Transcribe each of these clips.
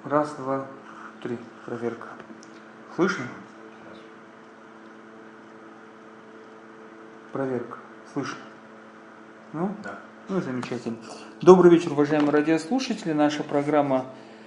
Раз, два, три. Проверка. Слышно? Проверка. Слышно? Ну? Да. Ну, замечательно. Добрый вечер, уважаемые радиослушатели. Наша программа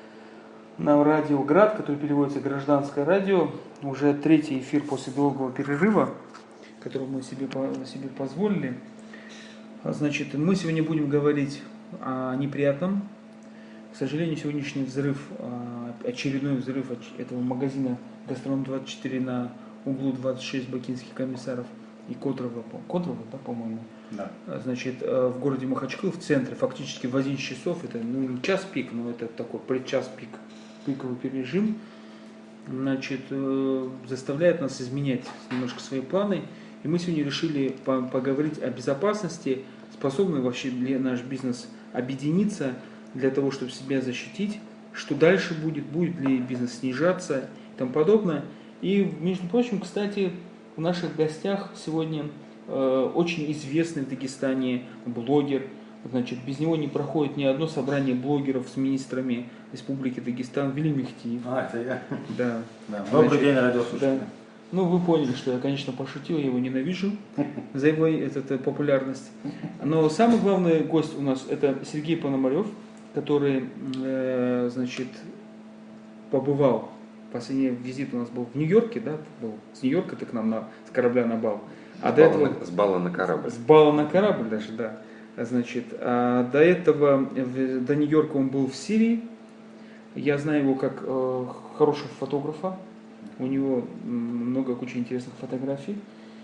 на радио Град, которая переводится «Гражданское радио». Уже третий эфир после долгого перерыва, который мы себе позволили. Значит, мы сегодня будем говорить о неприятном. К сожалению, сегодняшний взрыв, очередной взрыв этого магазина «Гастроном-24» на углу 26 Бакинских комиссаров и Котрова, да, по-моему? Да. Значит, в городе Махачкала, в центре, фактически в 11 часов, это не час пик, но это такой предчас пик, пиковый режим, значит, заставляет нас изменять немножко свои планы. И мы сегодня решили поговорить о безопасности, способный вообще ли наш бизнес объединиться для того, чтобы себя защитить, что дальше будет ли бизнес снижаться и тому подобное. И, между прочим, кстати, в наших гостях сегодня очень известный в Дагестане блогер. Значит, без него не проходит ни одно собрание блогеров с министрами Республики Дагестан. Вели Мехтиев. Это я. Да. Добрый день, радиослушатели. Да. Ну, вы поняли, что я, конечно, пошутил, я его ненавижу за его популярность. Но самый главный гость у нас это Сергей Пономарев, который, значит, побывал. Последний визит у нас был в Нью-Йорке, да, был с Нью-Йорка ты к нам с корабля на бал. С бала на корабль. С бала на корабль даже, да. Значит, до этого, до Нью-Йорка он был в Сирии. Я знаю его как хорошего фотографа. У него много очень интересных фотографий.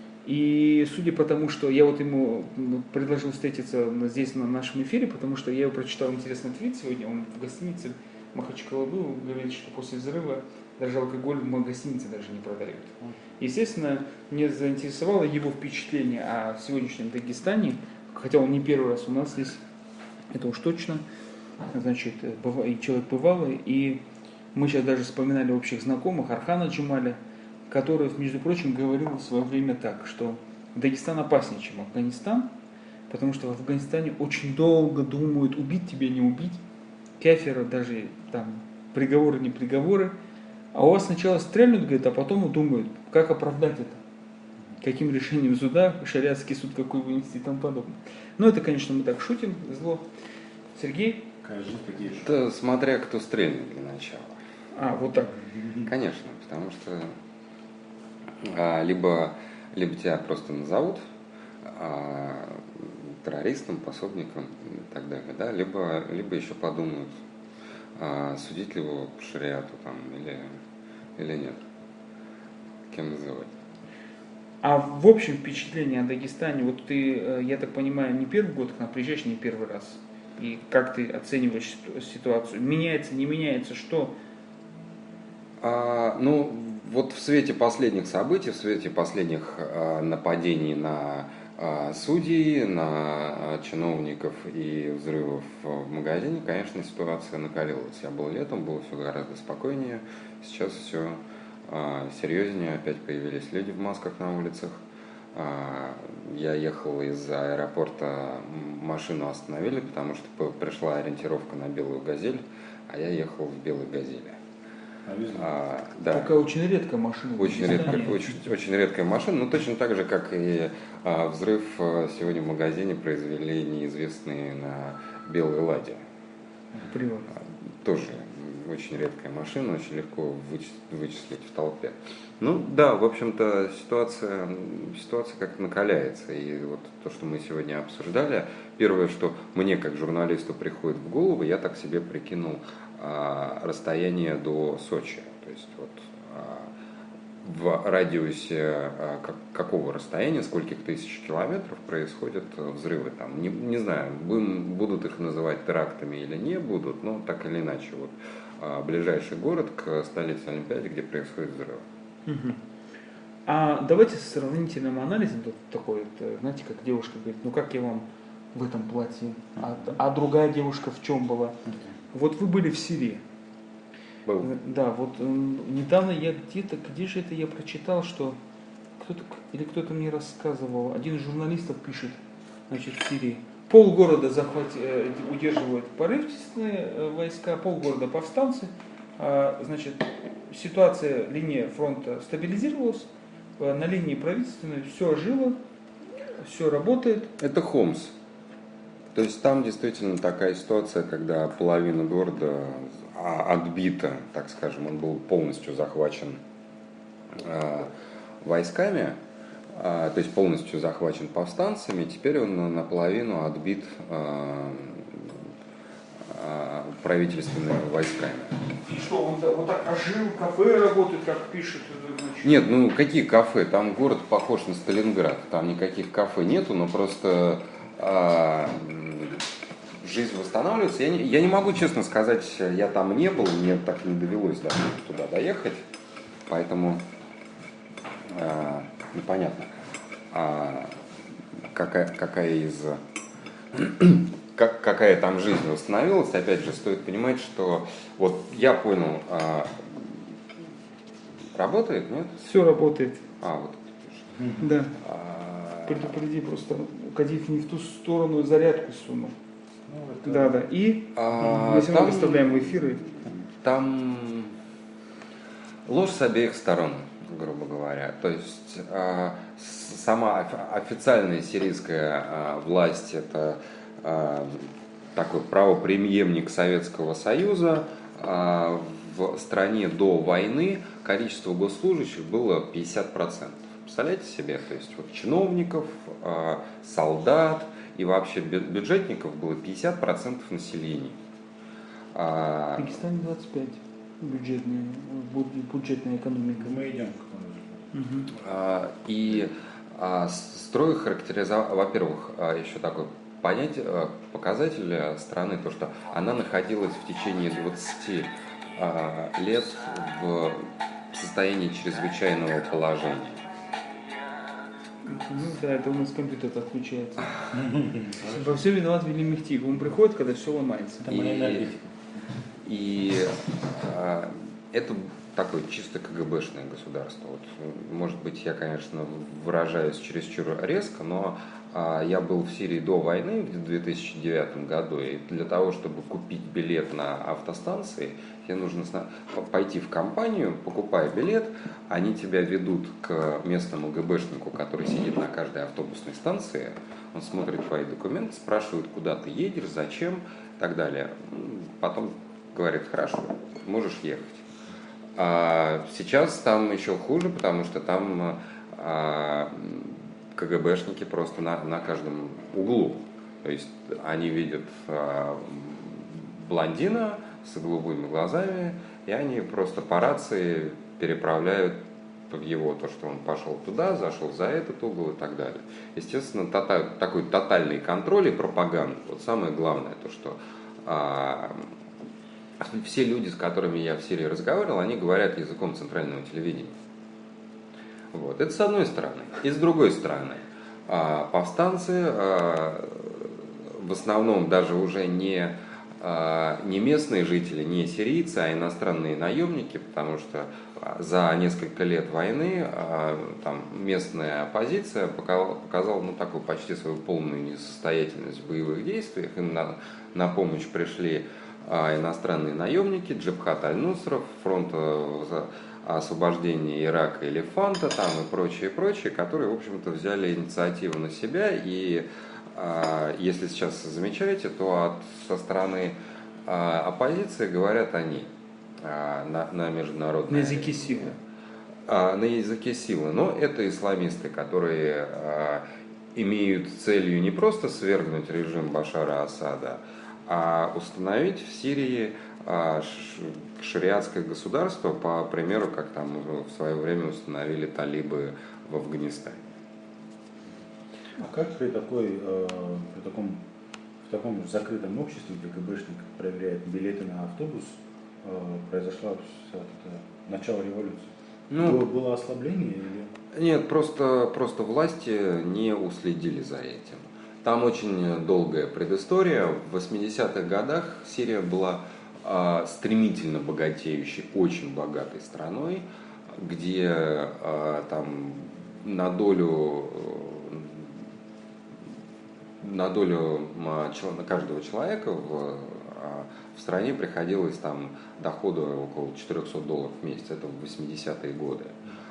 И судя по тому, что я вот ему предложил встретиться здесь на нашем эфире, потому что я его прочитал интересный твит сегодня, он в гостинице Махачкала был, говорит, что после взрыва даже алкоголь в гостинице даже не продают. Естественно, меня заинтересовало его впечатление о сегодняшнем Дагестане, хотя он не первый раз у нас здесь, это уж точно, значит, человек бывалый, и мы сейчас даже вспоминали общих знакомых, Архана Джумаля, который, между прочим, говорил в свое время так, что Дагестан опаснее, чем Афганистан, потому что в Афганистане очень долго думают, убить тебя, не убить, кафира, даже там приговоры, не приговоры, а у вас сначала стрельнут, говорит, а потом думают, как оправдать это, каким решением суда, шариатский суд какой вынести и тому подобное. Но это, конечно, мы так шутим, зло. Сергей? Это смотря кто стрельнет для начала. Вот так. Конечно, потому что либо тебя просто назовут террористом, пособником и так далее, да, либо еще подумают, судить ли его по шариату там, или нет, кем называть. А в общем впечатление о Дагестане, вот ты, я так понимаю, не первый год к нам приезжаешь, не первый раз. И как ты оцениваешь ситуацию? Меняется, не меняется, что? Ну, вот в свете последних событий, в свете последних нападений на судей, на чиновников и взрывов в магазине, конечно, ситуация накалилась. Я был летом, было все гораздо спокойнее. Сейчас все серьезнее, опять появились люди в масках на улицах. Я ехал из аэропорта, машину остановили, потому что пришла ориентировка на белую «Газель», а я ехал в белой «Газели». Да. Такая очень редкая машина. Очень редкая машина, но точно так же, как и взрыв сегодня в магазине произвели неизвестные на белой «Ладе». Привод. Тоже очень редкая машина, очень легко вычислить в толпе. Ну да, в общем-то, ситуация как-то накаляется. И вот то, что мы сегодня обсуждали, первое, что мне как журналисту приходит в голову, я так себе прикинул расстояние до Сочи. То есть вот в радиусе какого расстояния, скольких тысяч километров происходят взрывы там. Не знаю, будут их называть терактами или не будут, но так или иначе. Вот ближайший город к столице Олимпиады, где происходит взрыв. Угу. А давайте с сравнительным анализом такой, знаете, как девушка говорит, ну как я вам в этом платье, а другая девушка в чем была? Вот вы были в Сирии. Был. Да, вот недавно я где же это я прочитал, что кто-то мне рассказывал, один из журналистов пишет, значит, в Сирии, полгорода удерживают порывистые войска, полгорода повстанцы, Значит, ситуация, линия фронта стабилизировалась, на линии правительственной все ожило, все работает. Это Хомс. То есть там действительно такая ситуация, когда половина города отбита, так скажем, он был полностью захвачен войсками, то есть полностью захвачен повстанцами, теперь он наполовину отбит правительственными войсками. И что, он вот так ожил, кафе работает, как пишет? Значит... Нет, ну какие кафе? Там город похож на Сталинград, там никаких кафе нету, но просто жизнь восстанавливается. Я не могу честно сказать, я там не был, мне так не довелось туда доехать, поэтому непонятно, какая там жизнь восстановилась. Опять же, стоит понимать, что вот я понял, работает, нет? Все работает. Вот. Да. Предупреди, просто Кадиф не в ту сторону зарядку сунул. Да. И мы все равно выставляем в эфиры. Там ложь с обеих сторон, грубо говоря. То есть сама официальная сирийская власть — это такой правопреемник Советского Союза. В стране до войны количество госслужащих было 50%. Представляете себе? То есть вот чиновников, солдат и вообще бюджетников было 50% населения. В Пакистане 25%. Бюджетная экономика. Мы идем к И строй характеризовал, во-первых, еще такой показатель страны, то, что она находилась в течение 20 лет в состоянии чрезвычайного положения. Ну да, это у нас компьютер так включается. Во всем виноват Вели Мехти. Он приходит, когда все ломается. И это такое чисто КГБшное государство. Вот, может быть, я, конечно, выражаюсь чересчур резко, но я был в Сирии до войны в 2009 году, и для того, чтобы купить билет на автостанции, тебе нужно пойти в компанию, покупая билет, они тебя ведут к местному ГБшнику, который сидит на каждой автобусной станции, он смотрит твои документы, спрашивает, куда ты едешь, зачем, и так далее. Потом говорит: хорошо, можешь ехать. Сейчас там еще хуже, потому что там КГБшники просто на каждом углу. То есть они видят блондина с голубыми глазами, и они просто по рации переправляют в его то, что он пошел туда, зашел за этот угол и так далее. Естественно, такой тотальный контроль и пропаганда. Вот самое главное, то, что все люди, с которыми я в Сирии разговаривал, они говорят языком центрального телевидения. Вот. Это с одной стороны. И с другой стороны, повстанцы в основном даже уже не местные жители, не сирийцы, а иностранные наемники, потому что за несколько лет войны там местная оппозиция показала такую почти свою полную несостоятельность в боевых действиях. Им на помощь пришли иностранные наемники, Джабхат аль-Нусра, фронт освобождения Ирака и Леванта там и прочие, которые, в общем-то, взяли инициативу на себя. И если сейчас замечаете, то со стороны оппозиции говорят они на международной... На языке силы. На языке силы. Но это исламисты, которые имеют целью не просто свергнуть режим Башара Асада, а установить в Сирии шариатское государство, по примеру, как там в свое время установили талибы в Афганистане. А как в таком закрытом обществе, где ГБшник проверяет билеты на автобус, произошло начало революции? Было ослабление или... Нет, просто власти не уследили за этим. Там очень долгая предыстория. В 80-х годах Сирия была стремительно богатеющей, очень богатой страной, где там на долю каждого человека в в стране приходилось там дохода около $400 в месяц, это в 80-е годы.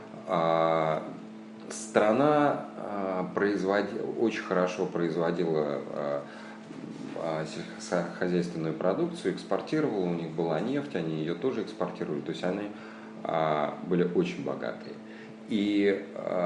Страна очень хорошо производила сельскохозяйственную продукцию, экспортировала, у них была нефть, они ее тоже экспортировали, то есть они были очень богатые. И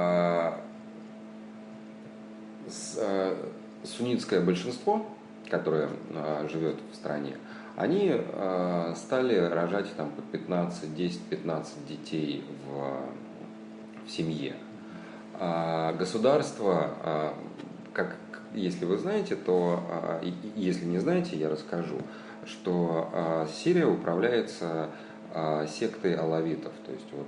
суннитское большинство, которое живет в стране, они стали рожать там по 10-15 детей в семье. Государство, как, если вы знаете, то, если не знаете, я расскажу, что Сирия управляется сектой алавитов, то есть вот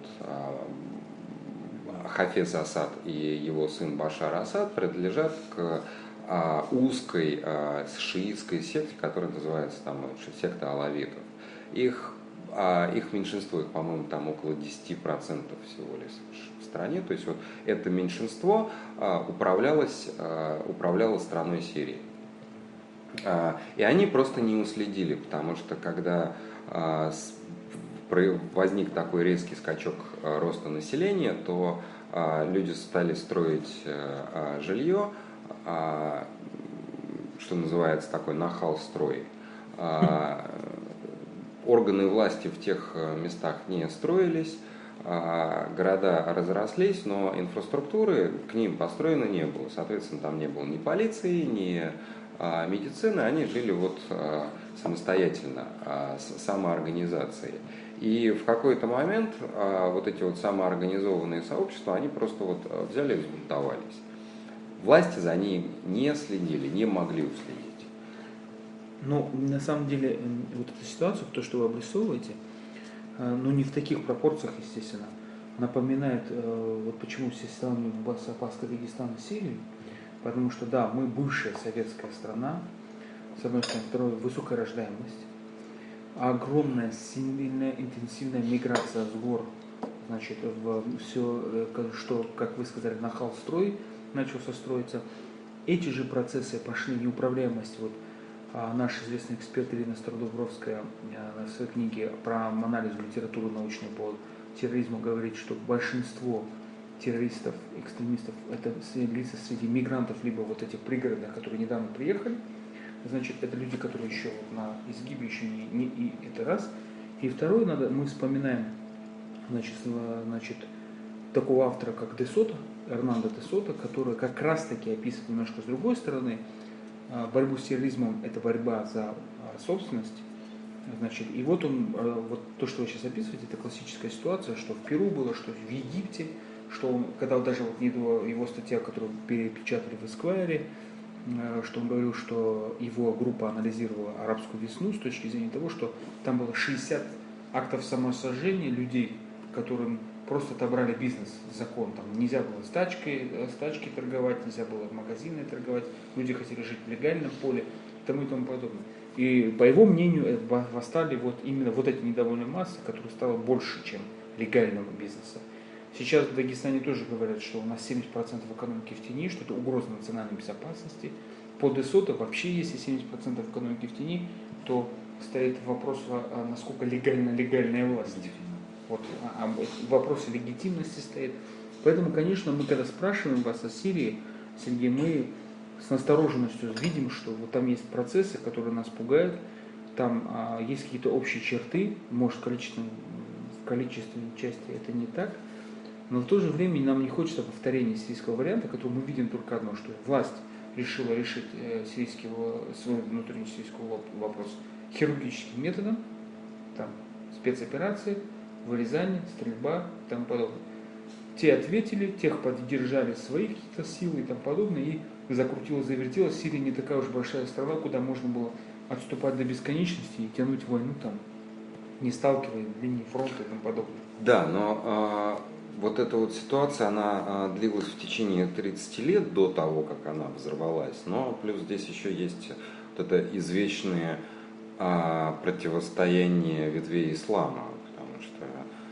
Хафез Асад и его сын Башар Асад принадлежат к узкой шиитской секте, которая называется там секта алавитов. Их меньшинство, их, по-моему, там около 10% всего лишь в стране. То есть вот это меньшинство управляло страной Сирии. И они просто не уследили, потому что когда возник такой резкий скачок роста населения, то люди стали строить жилье, что называется такой нахал-строй. Органы власти в тех местах не строились, города разрослись, но инфраструктуры к ним построено не было. Соответственно, там не было ни полиции, ни медицины, они жили вот самостоятельно, самоорганизацией. И в какой-то момент вот эти вот самоорганизованные сообщества, они просто вот взяли и взбунтовались. Власти за ней не следили, не могли уследить. Но на самом деле вот эта ситуация, то, что вы обрисовываете, ну не в таких пропорциях, естественно, напоминает, вот почему все сравнивают Башкортостан и Сирию, потому что да, мы бывшая советская страна, с одной стороны, второй высокая рождаемость, огромная, сильная, интенсивная миграция с гор, значит, в все, что, как вы сказали, нахал-строй начался строиться. Эти же процессы пошли, неуправляемость. Вот наш известный эксперт Ирина Стародубровская в своей книге про анализ литературы научной по терроризму говорит, что большинство террористов, экстремистов, это лица среди мигрантов, либо вот этих пригородных, которые недавно приехали. Значит, это люди, которые еще вот на изгибе, еще не это раз. И второе, мы вспоминаем, значит, такого автора, как де Сото, Эрнандо де Сото, который как раз-таки описывает немножко с другой стороны борьбу с терроризмом, это борьба за собственность. Значит, и вот он, вот то, что вы сейчас описываете, это классическая ситуация, что в Перу было, что в Египте, что он, когда даже вот его статья, которую перепечатали в Эсквайре, что он говорил, что его группа анализировала арабскую весну с точки зрения того, что там было 60 актов самосожжения людей, которым просто отобрали бизнес, закон. Там нельзя было с тачкой торговать, нельзя было в магазины торговать, люди хотели жить в легальном поле и тому подобное. И по его мнению восстали вот именно вот эти недовольные массы, которые стало больше, чем легального бизнеса. Сейчас в Дагестане тоже говорят, что у нас 70% экономики в тени, что это угроза национальной безопасности. По де Сото вообще, если 70% экономики в тени, то стоит вопрос, насколько легальная власть. Вот, вопрос легитимности стоит. Поэтому, конечно, мы когда спрашиваем вас о Сирии, Сергей, мы с настороженностью видим, что вот там есть процессы, которые нас пугают, там есть какие-то общие черты, может, в количественной части это не так, но в то же время нам не хочется повторения сирийского варианта, который мы видим только одно, что власть решила решить свой внутренний сирийский вопрос хирургическим методом, там, спецоперации, вырезание, стрельба и тому подобное. Те ответили, тех поддержали свои какие-то силы и тому подобное, и закрутилось-завертелось. Сирия не такая уж большая страна, куда можно было отступать до бесконечности и тянуть войну там, не сталкивая линии фронта и тому подобное. Да, но вот эта вот ситуация, она длилась в течение 30 лет до того, как она взорвалась. Но плюс здесь еще есть вот это извечное противостояние ветвей ислама. Потому что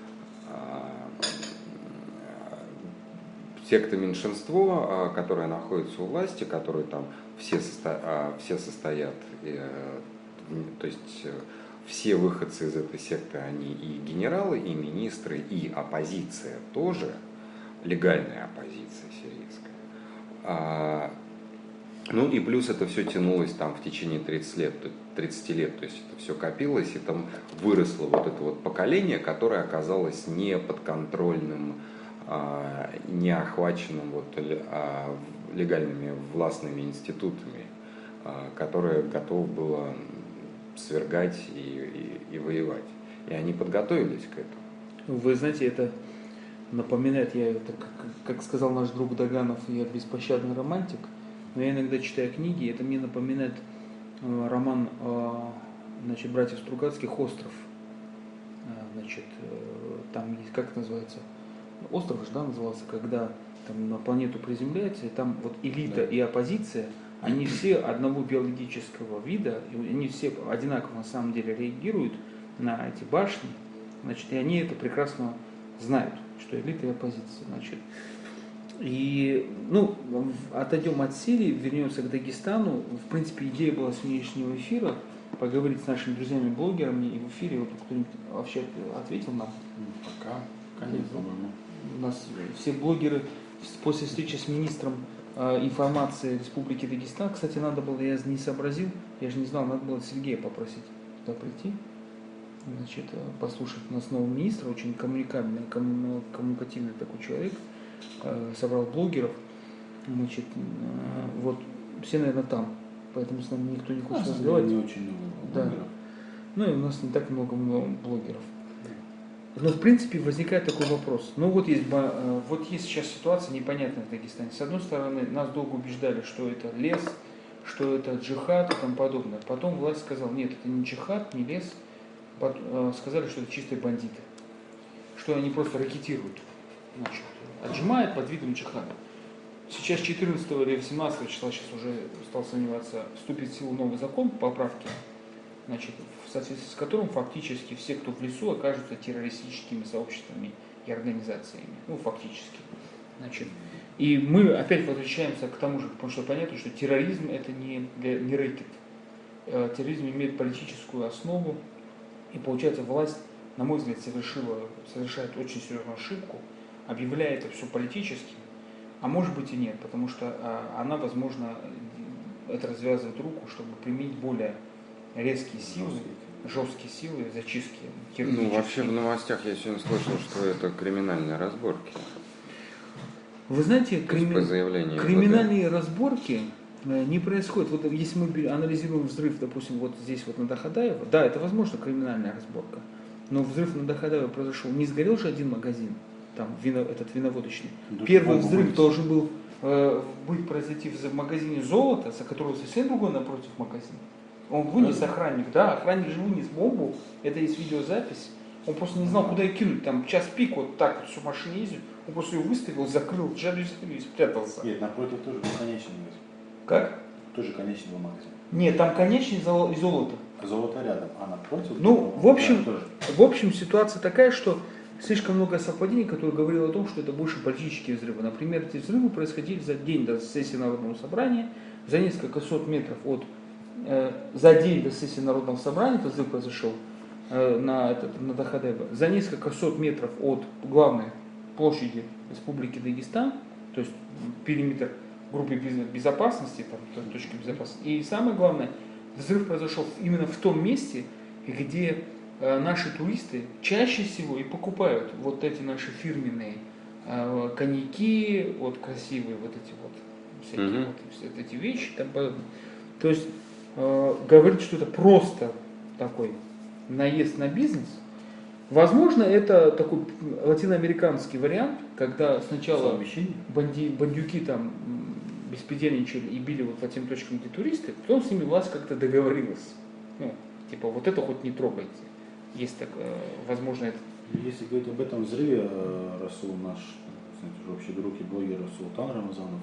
секта меньшинство, которое находится у власти, которые там все состоят то есть все выходцы из этой секты, они и генералы, и министры, и оппозиция тоже, легальная оппозиция сирийская. Ну и плюс это все тянулось там в течение 30 лет, то есть это все копилось, и там выросло вот это вот поколение, которое оказалось не подконтрольным, не охваченным вот легальными властными институтами, которое готово было свергать и воевать. И они подготовились к этому. Вы знаете, это напоминает, как сказал наш друг Доганов, я беспощадный романтик, но я иногда читаю книги, это мне напоминает роман братьев Стругацких «Остров». Там есть, как это называется, остров же, да, назывался, когда там на планету приземляется, и там вот элита и оппозиция, они все одного биологического вида, и они все одинаково на самом деле реагируют на эти башни, и они это прекрасно знают, что элита и оппозиция, И, отойдем от Сирии, вернемся к Дагестану. В принципе, идея была сегодняшнего эфира поговорить с нашими друзьями-блогерами, и в эфире вот кто-нибудь вообще ответил нам? Пока, конечно, по-моему. У нас все блогеры после встречи с министром информации Республики Дагестан, кстати, надо было, я не сообразил, я же не знал, надо было Сергея попросить туда прийти, послушать нас нового министра, очень коммуникативный такой человек, собрал блогеров, вот все, наверное, там, поэтому с нами никто не хочет разговаривать. Не очень много блогеров. Да. И у нас не так много блогеров. Но в принципе возникает такой вопрос. Вот есть сейчас ситуация непонятная в Дагестане. С одной стороны, нас долго убеждали, что это лес, что это джихад и тому подобное. Потом власть сказала, нет, это не джихад, не лес. Сказали, что это чистые бандиты. Что они просто ракетируют. Отжимают под видом джихада. Сейчас 14 или 18 числа, сейчас уже стал сомневаться, вступит в силу новый закон, поправки, в соответствии с которым фактически все, кто в лесу, окажутся террористическими сообществами и организациями. Фактически. И мы опять возвращаемся к тому же, потому что понятно, что терроризм это не рэкет. Терроризм имеет политическую основу, и получается власть, на мой взгляд, совершает очень серьезную ошибку, объявляя это все политическим, а может быть и нет, потому что она, возможно, это развязывает руку, чтобы применить более резкие силы, жесткие силы, зачистки. Вообще в новостях я сегодня слышал, что это криминальные разборки. Вы знаете, по заявлению криминальные разборки не происходят. Вот если мы анализируем взрыв, допустим, вот здесь вот на Дахадаево, да, это возможно криминальная разборка, но взрыв на Дахадаево произошел, не сгорел же один магазин, там этот виноводочный. Первый взрыв должен был произойти в магазине золота, за которого совсем другой напротив магазина. Он вынес охранник, охранник же вынес бомбу, это есть видеозапись. Он просто не знал, куда ее кинуть. Там час пик, вот так вот все в машине ездит. Он просто ее выставил, закрыл жалюзи и спрятался. Нет, напротив тоже был конечный магазин. Как? Тоже конечный был магазин. Нет, там конечный и золото. Золото рядом, а напротив... В общем, ситуация такая, что слишком много совпадений, которые говорили о том, что это больше политические взрывы. Например, эти взрывы происходили за день до сессии Народного собрания, за несколько сот метров за день до сессии Народного собрания этот взрыв произошел на Дахадаево, за несколько сот метров от главной площади Республики Дагестан, то есть периметр группы безопасности, точки безопасности. И самое главное, взрыв произошел именно в том месте, где наши туристы чаще всего и покупают вот эти наши фирменные коньяки, красивые всякие эти вещи. То есть говорить, что это просто такой наезд на бизнес. Возможно, это такой латиноамериканский вариант, когда сначала бандюки там беспредельничали и били по тем точкам, где туристы, потом с ними власть как-то договорилась. Вот это хоть не трогайте. Есть так, возможно, это. Если говорить об этом взрыве, Расул, наш общий друг и блогер Султан Рамазанов,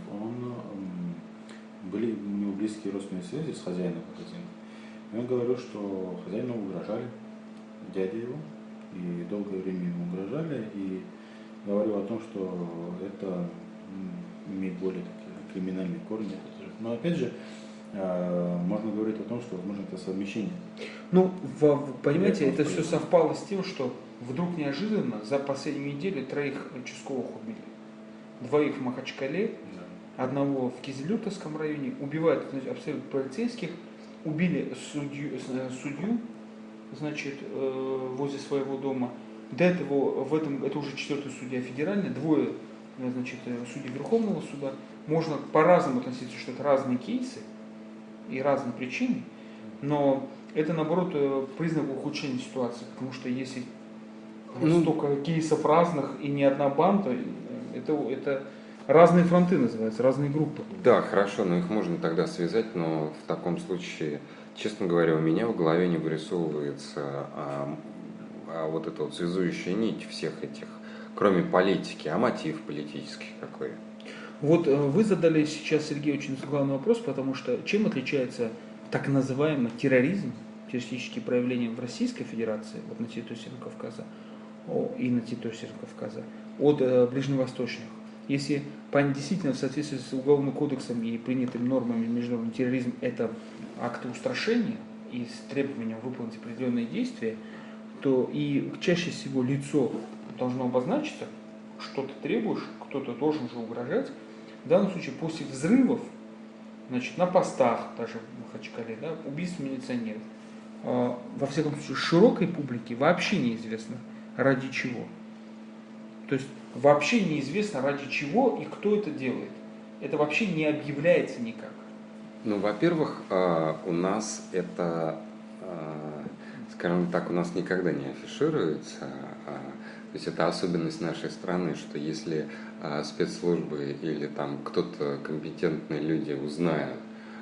были у него близкие родственные связи с хозяином магазина. И он говорил, что хозяину угрожали, дядя его, и долгое время ему угрожали, и говорил о том, что это имеет более такие криминальные корни. Но опять же, можно говорить о том, что, возможно, это совмещение. Ну, понимаете, это все совпало с тем, что вдруг неожиданно за последнюю неделю 3 участковых убили. 2 в Махачкале, одного в Кизилюртовском районе, убивают абсолютно полицейских, убили судью, значит, возле своего дома. До этого, это уже 4-й судья федеральный, 2 значит, судей Верховного суда. Можно по-разному относиться, что это разные кейсы и разные причины, но это, наоборот, признак ухудшения ситуации, потому что если столько кейсов разных и ни одна банда, это разные фронты называются, разные группы. Да, хорошо, но их можно тогда связать, но в таком случае, честно говоря, у меня в голове не вырисовывается вот эта вот связующая нить всех этих, кроме политики, а мотив политический какой? Вот вы задали сейчас, Сергей, очень главный вопрос, потому что чем отличается так называемый терроризм, террористические проявления в Российской Федерации, вот на территории Северного Кавказа и на территории Северного Кавказа, от ближневосточных? Если действительно в соответствии с Уголовным кодексом и принятыми нормами международного терроризма это акты устрашения и с требованием выполнить определенные действия, то и чаще всего лицо должно обозначиться, что ты требуешь, кто-то должен же угрожать. В данном случае после взрывов, значит, на постах, даже в Махачкале, да, убийств милиционеров, во всяком случае широкой публике вообще неизвестно ради чего. То есть вообще неизвестно ради чего и кто это делает. Это вообще не объявляется никак. Ну, во-первых, у нас это, скажем так, у нас никогда не афишируется. То есть это особенность нашей страны, что если спецслужбы или там кто-то, компетентные люди узнают,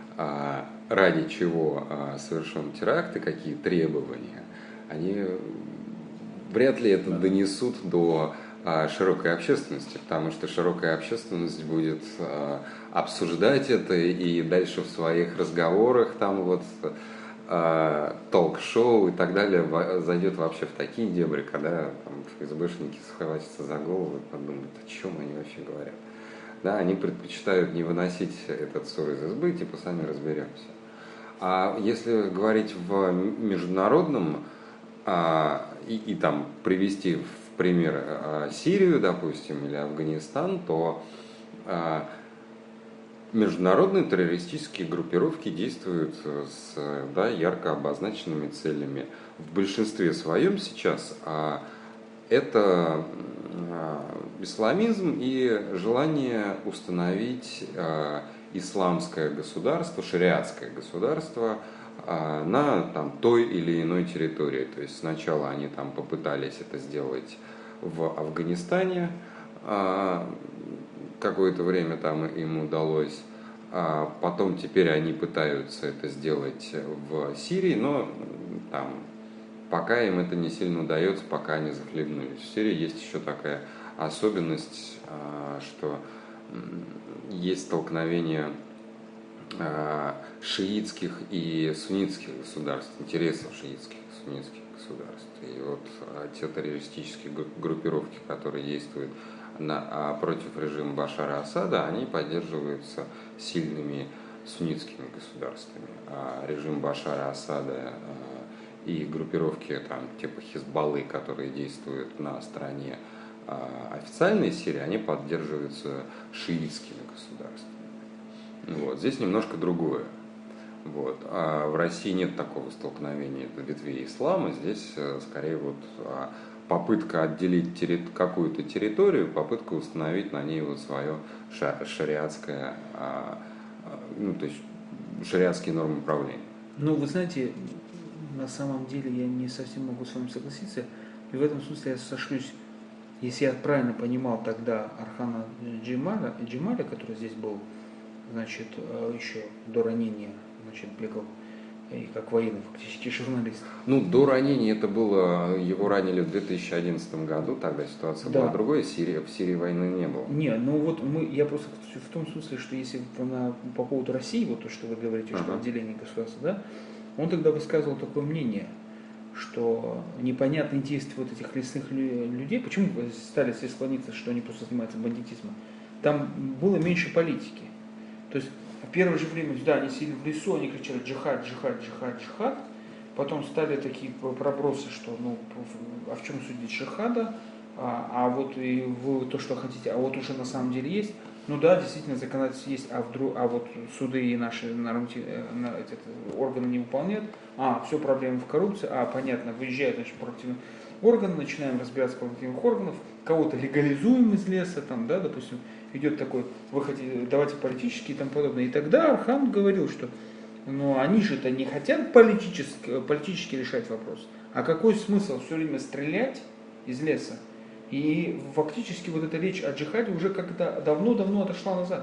ради чего совершен теракт и какие требования, они вряд ли это донесут до широкой общественности, потому что широкая общественность будет обсуждать это и дальше в своих разговорах, там вот толк-шоу и так далее зайдет вообще в такие дебри, когда там, ФСБшники схватятся за голову и подумают, о чем они вообще говорят. Да, они предпочитают не выносить этот ссор из избы, типа сами разберемся. А если говорить в международном и там привести в пример Сирию, допустим, или Афганистан, то международные террористические группировки действуют с ярко обозначенными целями. В большинстве своем сейчас это исламизм и желание установить исламское государство, шариатское государство на там, той или иной территории. То есть сначала они там попытались это сделать в Афганистане, какое-то время там им удалось, потом теперь они пытаются это сделать в Сирии, но там пока им это не сильно удается, пока они захлебнулись. В Сирии есть еще такая особенность, что есть столкновение шиитских и суннитских государств, интересов шиитских и суннитских государств. И вот те террористические группировки, которые действуют против режима Башара Асада, они поддерживаются сильными суннитскими государствами. А режим Башара Асада и группировки там, типа Хизбаллы, которые действуют на стороне официальной Сирии, они поддерживаются шиитскими государствами. Вот. Здесь немножко другое. Вот. А в России нет такого столкновения ветвей ислама, здесь скорее вот попытка отделить какую-то территорию, попытка установить на ней вот свое шариатское, то есть шариатские нормы управления. Ну, вы знаете, на самом деле я не совсем могу с вами согласиться, и в этом смысле я сошлюсь, если я правильно понимал тогда Архана Джемаля, который здесь был, значит, еще до ранения, значит, бегал и как военный, фактически журналист. Ну, до ранения это было, его ранили в 2011 году, тогда ситуация была другой, в Сирии войны не было. Не, ну вот я просто в том смысле, что если по поводу России, вот то, что вы говорите, что отделение государства, да, он тогда высказывал такое мнение, что непонятные действия вот этих лесных людей, почему стали все склониться, что они просто занимаются бандитизмом, там было меньше политики. То есть В первое же время, да, они сидели в лесу, они кричали джихад, джихад, джихад, джихад. Потом стали такие пробросы, что, ну, а в чем суть джихада, а вот и вы то, что хотите, а вот уже на самом деле есть. Ну да, действительно, законодательство есть, а вот суды и наши органы не выполняют. Все проблемы в коррупции, понятно, выезжают, значит, проактивные органы, начинаем разбираться в проактивных органов, кого-то легализуем из леса, там, да, допустим, идет такой, вы хотите, давайте политические и тому подобное. И тогда Архан говорил, что они же-то не хотят политически решать вопрос. А какой смысл все время стрелять из леса? И фактически вот эта речь о джихаде уже как-то давно-давно отошла назад.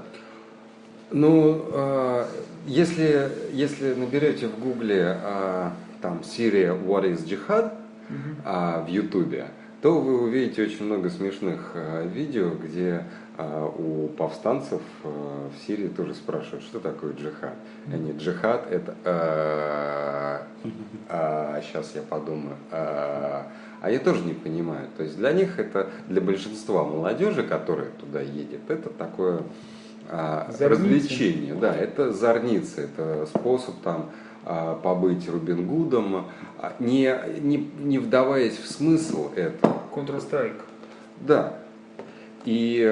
Ну, если наберете в Гугле там Сирия What is Jihad в Ютубе, то вы увидите очень много смешных видео, где у повстанцев в Сирии тоже спрашивают, что такое джихад. Они, джихад это сейчас я подумаю, они тоже не понимают. То есть для них это, для большинства молодежи, которая туда едет, это такое развлечение. Да, это зорница, это способ там побыть Робин Гудом, не вдаваясь в смысл этого. Counter-Strike. Да. И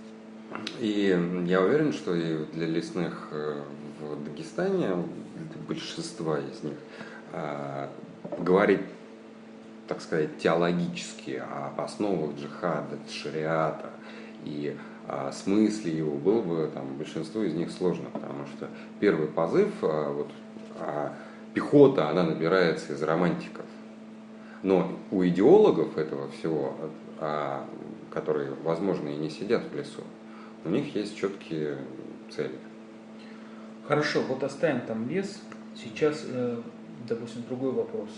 я уверен, что и для лесных в Дагестане, для большинства из них, говорить, так сказать, теологически об основах джихада, шариата и о смысле его было бы там большинству из них сложно, потому что первый позыв, пехота, она набирается из романтиков. Но у идеологов этого всего, которые, возможно, и не сидят в лесу, у них есть четкие цели. Хорошо, вот оставим там лес. Сейчас, допустим, другой вопрос.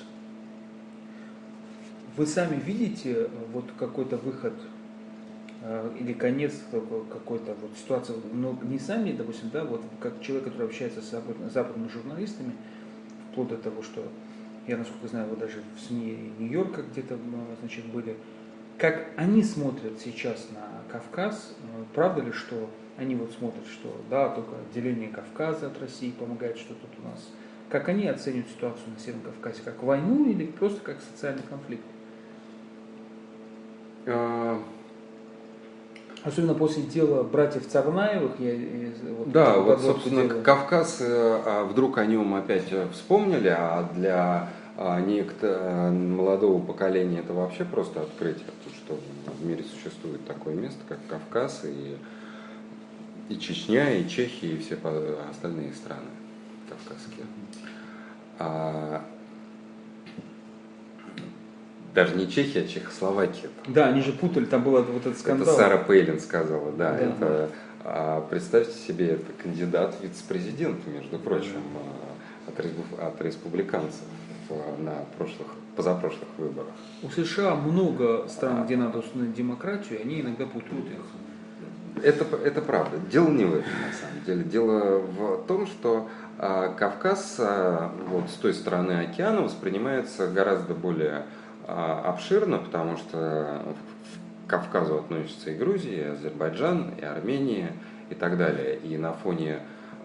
Вы сами видите вот какой-то выход или конец какой-то вот ситуации, но не сами, допустим, да, вот как человек, который общается с западными журналистами, вплоть до того, что я, насколько знаю, вот даже в СМИ Нью-Йорка где-то, значит, были, как они смотрят сейчас на Кавказ, правда ли, что они вот смотрят, что да, только отделение Кавказа от России помогает, что тут у нас, как они оценивают ситуацию на Северном Кавказе, как войну или просто как социальный конфликт? Особенно после дела братьев Царнаевых. Да, вот, собственно, Кавказ, вдруг о нем опять вспомнили, а для молодого поколения это вообще просто открытие, что в мире существует такое место, как Кавказ, и Чечня, и Чехия, и все остальные страны кавказские. Даже не Чехия, а Чехословакия. Да, они же путали, там был вот этот скандал. Это Сара Пейлин сказала, да. Это, представьте себе, это кандидат в вице-президенты, между прочим, от республиканцев на позапрошлых выборах. У США много стран, где надо установить демократию, и они иногда путают их. Это правда. Дело не в этом, на самом деле. Дело в том, что Кавказ вот с той стороны океана воспринимается гораздо более обширно, потому что к Кавказу относятся и Грузия, и Азербайджан, и Армения, и так далее. И на фоне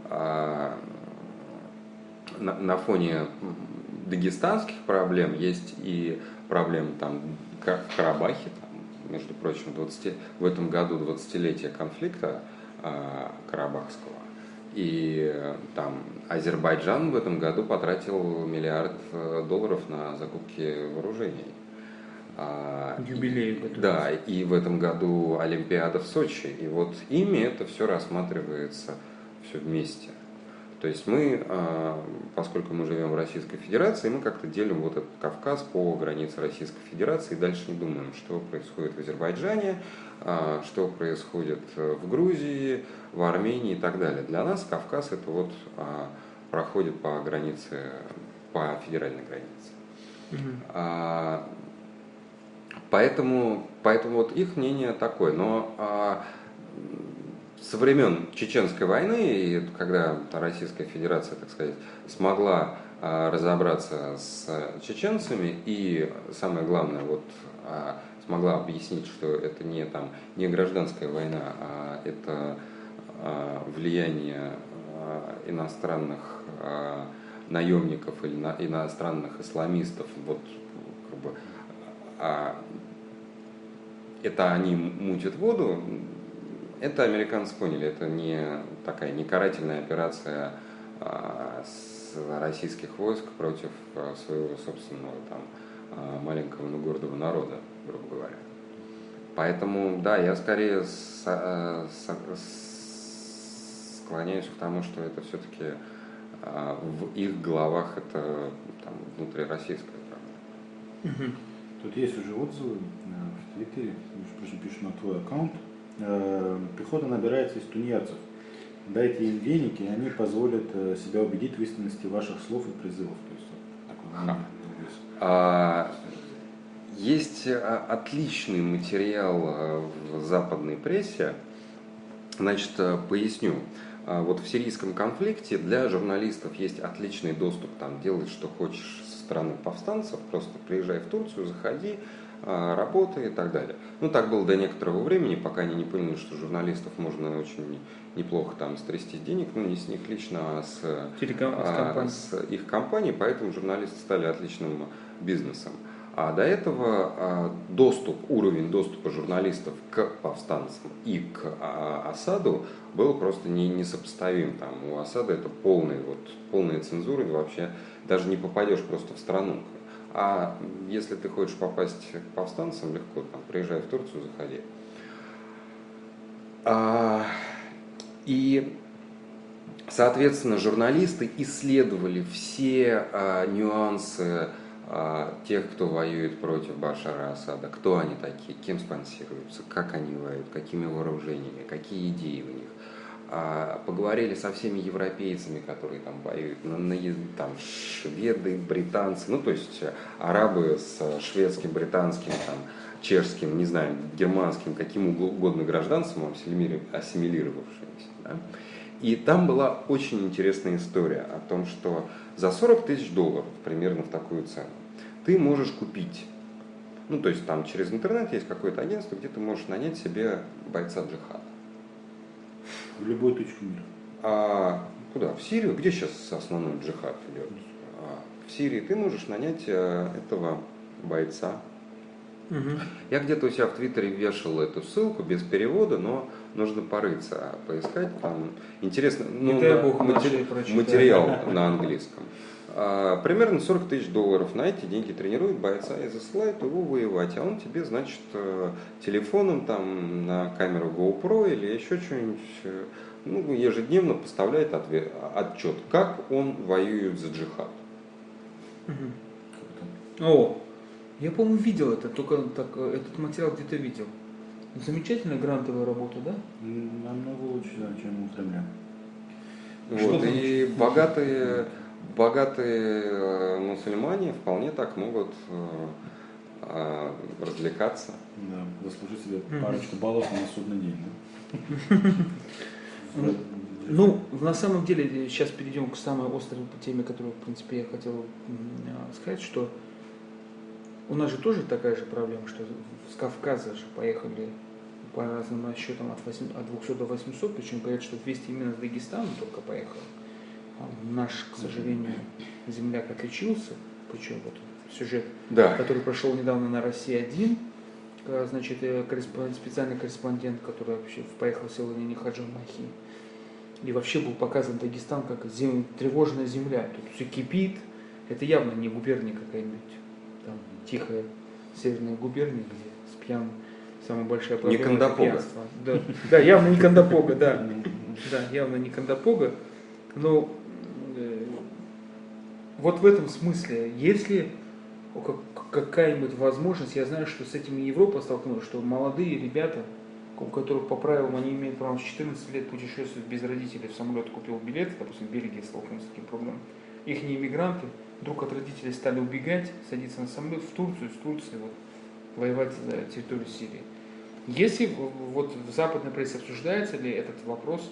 дагестанских проблем есть и проблемы там в Карабахе, там, между прочим, в этом году 20-летие конфликта карабахского. И там Азербайджан в этом году потратил $1 миллиард на закупки вооружений. Юбилей. Да, и в этом году Олимпиада в Сочи. И вот ими это все рассматривается все вместе. То есть мы, поскольку мы живем в Российской Федерации, мы как-то делим вот этот Кавказ по границе Российской Федерации и дальше не думаем, что происходит в Азербайджане, что происходит в Грузии, в Армении и так далее. Для нас Кавказ это вот проходит по границе, по федеральной границе. Поэтому вот их мнение такое. Но со времен Чеченской войны, и когда Российская Федерация, так сказать, смогла разобраться с чеченцами и, самое главное, вот смогла объяснить, что это не гражданская война, а это влияние иностранных наемников или иностранных исламистов, вот как бы, это они мутят воду, это американцы поняли, это не такая не карательная операция с российских войск против своего собственного там маленького, но гордого народа, грубо говоря. Поэтому, да, я скорее склоняюсь к тому, что это все-таки в их головах это там, внутрироссийская проблема. Тут есть уже отзывы в Твиттере, между прочим, пишут на твой аккаунт. Пехота набирается из тунеядцев. Дайте им денег, и они позволят себя убедить в истинности ваших слов и призывов. То есть, такой есть отличный материал в западной прессе. Значит, поясню. Вот в сирийском конфликте для журналистов есть отличный доступ, там делай, что хочешь со стороны повстанцев, просто приезжай в Турцию, заходи, работай и так далее. Ну, так было до некоторого времени, пока они не поняли, что журналистов можно очень неплохо там стрясти денег, ну, не с них лично, а с их компаний, поэтому журналисты стали отличным бизнесом. А до этого уровень доступа журналистов к повстанцам и к Асаду был просто несопоставим. Там, у Асада это полная цензура, и вообще даже не попадешь просто в страну. А если ты хочешь попасть к повстанцам, легко, там, приезжай в Турцию, заходи. И, соответственно, журналисты исследовали все нюансы тех, кто воюет против Башара Асада, кто они такие, кем спонсируются, как они воюют, какими вооружениями, какие идеи у них. Поговорили со всеми европейцами, которые там воюют, там шведы, британцы, ну то есть арабы с шведским, британским, там, чешским, не знаю, германским, каким угодно гражданством, ассимилировавшимися. Да? И там была очень интересная история о том, что за $40 000, примерно в такую цену, ты можешь купить, ну то есть там через интернет есть какое-то агентство, где ты можешь нанять себе бойца джихада. В любую точку мира. Куда? В Сирию? Где сейчас основной джихад идет? В Сирии ты можешь нанять этого бойца. Я где-то у себя в Твиттере вешал эту ссылку без перевода, но нужно порыться, поискать. Там интересно, материал на английском. Примерно $40 000 на эти деньги тренирует бойца и засылает его воевать, а он тебе, значит, телефоном там на камеру GoPro или еще что-нибудь, ежедневно поставляет отчет, как он воюет за джихад. Я, по-моему, видел это, только так, этот материал где-то видел. Замечательная грантовая работа, да? Намного лучше, чем у Кремля. Вот, и богатые мусульмане вполне так могут развлекаться. Да, заслужить себе парочку баллов на судный день. Да? Ну, на самом деле, сейчас перейдем к самой острой теме, которую, в принципе, я хотел сказать, что у нас же тоже такая же проблема, что с Кавказа же поехали по разным расчетам от 200 до 800, причем говорят, что 200 именно с Дагестана только поехал. Наш, к сожалению, земляк отличился, причем вот сюжет, который прошел недавно на России-1, значит, специальный корреспондент, который вообще поехал в село Нинихаджан Махи, и вообще был показан Дагестан как тревожная земля, тут все кипит, это явно не губерния какая-нибудь, там тихая северная губерния, где с пьян самая большая проблема это пьянство. Да, явно не Кандапога, да, явно не Кандапога, но вот в этом смысле, если какая-нибудь возможность, я знаю, что с этим Европа столкнулась, что молодые ребята, у которых по правилам они имеют право с 14 лет путешествовать без родителей, в самолет купил билет, допустим, в Бельгии столкнулся с таким проблемой, их иммигранты вдруг от родителей стали убегать, садиться на самолет в Турцию, с Турции вот, воевать за территорию Сирии. Если вот в западной прессе обсуждается ли этот вопрос,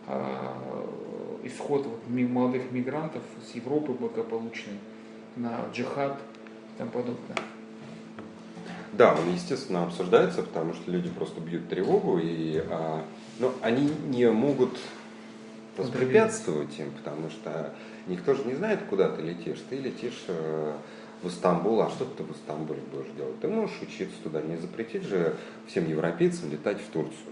исход вот молодых мигрантов с Европы благополучной на джихад и тому подобное? Да, он, естественно, обсуждается, потому что люди просто бьют тревогу, и они не могут воспрепятствовать им, потому что никто же не знает, куда ты летишь. Ты летишь в Стамбул, а что ты в Стамбуле будешь делать? Ты можешь учиться туда, не запретить же всем европейцам летать в Турцию.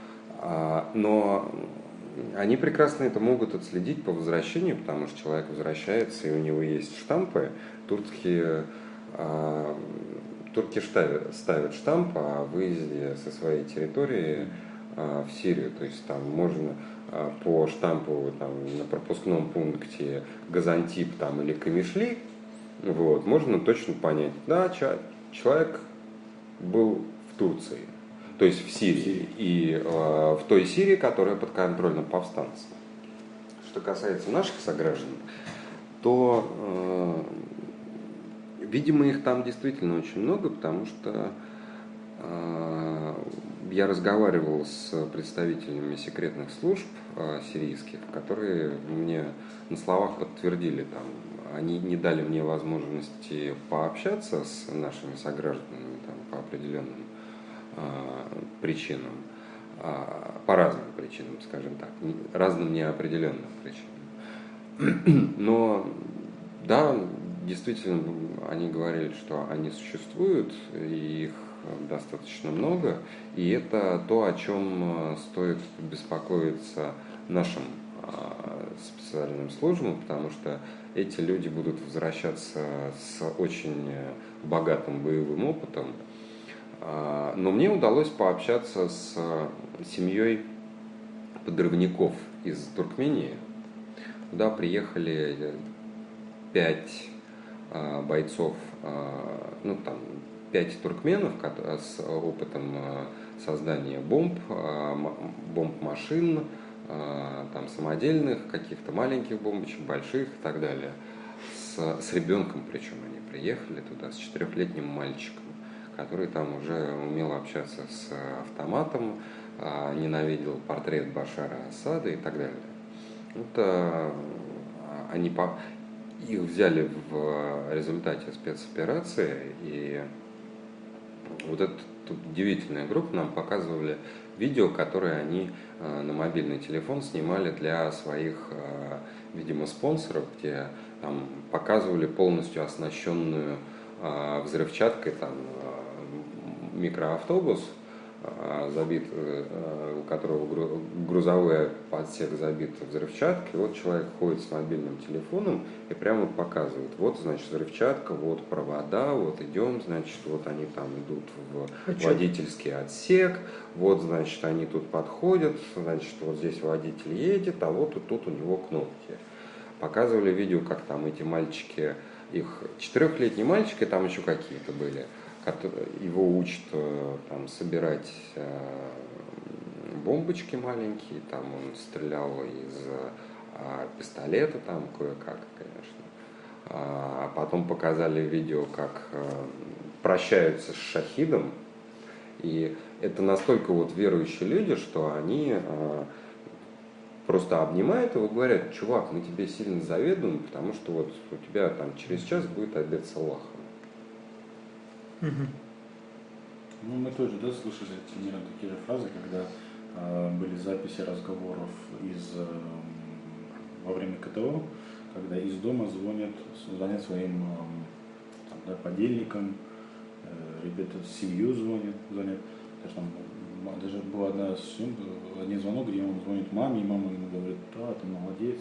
Но они прекрасно это могут отследить по возвращению, потому что человек возвращается, и у него есть штампы. Турки ставят штамп о выезде со своей территории в Сирию. То есть там можно по штампу там, на пропускном пункте Газантип там, или Камишли, вот, можно точно понять, да, человек был в Турции, то есть в Сирии, и в той Сирии, которая подконтрольна повстанцам. Что касается наших сограждан, то, видимо, их там действительно очень много, потому что я разговаривал с представителями секретных служб сирийских, которые мне на словах подтвердили, там, они не дали мне возможности пообщаться с нашими согражданами там, по определенным причинам, по разным причинам, скажем так, разным неопределенным причинам. Но да, действительно, они говорили, что они существуют, и их достаточно много, и это то, о чем стоит беспокоиться нашим специальным службам, потому что эти люди будут возвращаться с очень богатым боевым опытом. Но мне удалось пообщаться с семьей подрывников из Туркмении. Туда приехали 5 бойцов, ну там 5 туркменов с опытом создания бомб машин, там самодельных, каких-то маленьких бомбочек, больших и так далее. С ребенком, причем они приехали туда, с 4-летним мальчиком, который там уже умел общаться с автоматом, ненавидел портрет Башара Асада и так далее. Это они их взяли в результате спецоперации, и вот эта удивительная группа нам показывали видео, которые они на мобильный телефон снимали для своих, видимо, спонсоров, где там показывали полностью оснащенную взрывчаткой там, микроавтобус, забит, у которого грузовой отсек забит взрывчаткой. Вот человек ходит с мобильным телефоном и прямо показывает. Вот, значит, взрывчатка, вот провода, вот идем, значит, вот они там идут в водительский отсек, вот, значит, они тут подходят, значит, вот здесь водитель едет, а вот тут у него кнопки. Показывали видео, как там эти мальчики, их 4-летний мальчик, и там еще какие-то были, его учат там, собирать бомбочки маленькие, там он стрелял из пистолета, там кое-как, конечно. А потом показали видео, как прощаются с шахидом, и это настолько вот верующие люди, что они просто обнимают его и говорят: чувак, мы тебе сильно завидуем, потому что вот у тебя там через час будет обед с Аллахом. Ну, мы тоже, да, слышали примерно такие же фразы, когда были записи разговоров во время КТО, когда из дома звонят своим там, да, подельникам, ребята в семью звонят. Даже был один звонок, где он звонит маме, и мама ему говорит: да, ты молодец.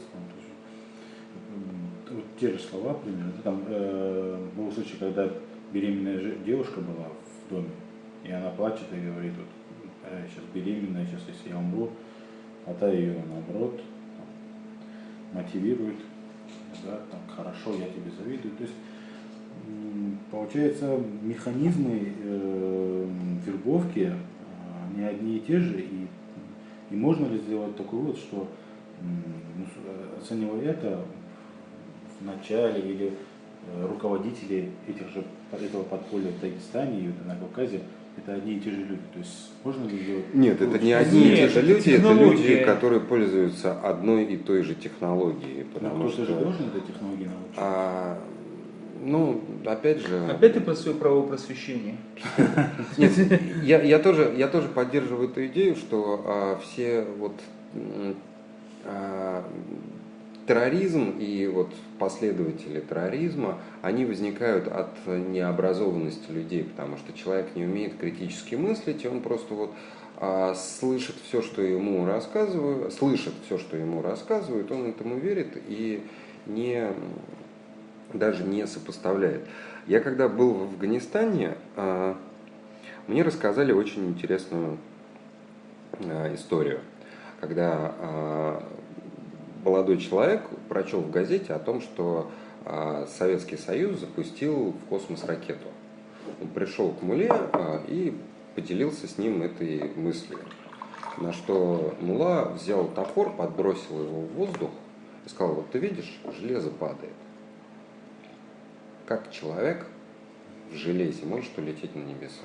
Вот те же слова примерно. Там был случай, когда беременная девушка была в доме, и она плачет и говорит: вот, я сейчас беременная, сейчас если я умру, а та ее наоборот мотивирует, да, там, хорошо, я тебе завидую. То есть получается, механизмы вербовки они одни и те же, и можно ли сделать такой вывод, что оценивая это в начале или руководители этого подполья в Дагестане и на Кавказе, это одни и те же люди. То есть можно ли сделать... Нет, это не одни и те же люди, это люди, которые пользуются одной и той же технологией. Потому что же должен этой технологии научиться. Ну, опять же... Опять ты про свое право просвещения. Нет, я тоже поддерживаю эту идею, что все вот терроризм и вот последователи терроризма, они возникают от необразованности людей, потому что человек не умеет критически мыслить, и он просто вот слышит все, что ему рассказывают, он этому верит и даже не сопоставляет. Я когда был в Афганистане, мне рассказали очень интересную историю, когда молодой человек прочел в газете о том, что Советский Союз запустил в космос ракету. Он пришел к мулле и поделился с ним этой мыслью. На что мулла взял топор, подбросил его в воздух и сказал: вот ты видишь, железо падает. Как человек в железе может улететь на небеса?